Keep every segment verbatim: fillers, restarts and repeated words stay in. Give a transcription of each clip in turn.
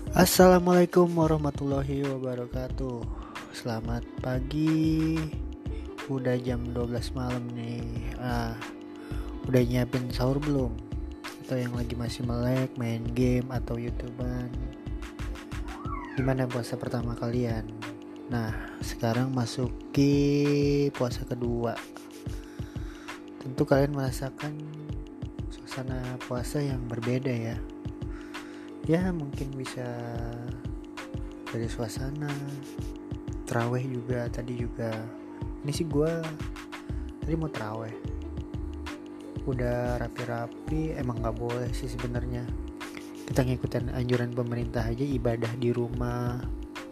Assalamualaikum warahmatullahi wabarakatuh. Selamat pagi. Udah jam dua belas malam nih. Ah, udah nyiapin sahur belum? Atau yang lagi masih melek main game atau YouTuber? Gimana puasa pertama kalian? Nah, sekarang masuki puasa kedua. Tentu kalian merasakan suasana puasa yang berbeda ya. Ya, mungkin bisa dari suasana terawih juga. Tadi juga ini sih gue tadi mau terawih, udah rapi-rapi. Emang nggak boleh sih sebenarnya, kita ngikutin anjuran pemerintah aja, ibadah di rumah,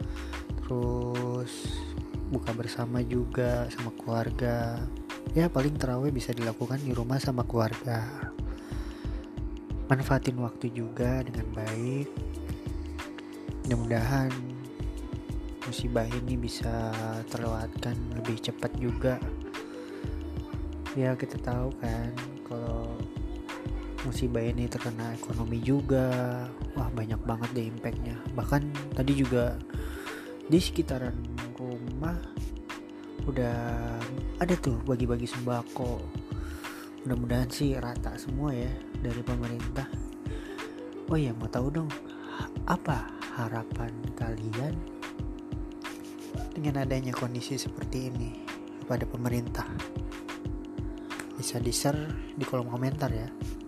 terus buka bersama juga sama keluarga. Ya paling terawih bisa dilakukan di rumah sama keluarga, manfaatin waktu juga dengan baik. Mudah-mudahan musibah ini bisa terlewatkan lebih cepat juga. Ya kita tahu kan kalau musibah ini terkena ekonomi juga. Wah banyak banget deh impactnya. Bahkan tadi juga di sekitaran rumah udah ada tuh bagi-bagi sembako. Mudah-mudahan sih rata semua ya dari pemerintah. Oh iya, mau tahu dong, apa harapan kalian dengan adanya kondisi seperti ini kepada pemerintah? Bisa di-share di kolom komentar ya.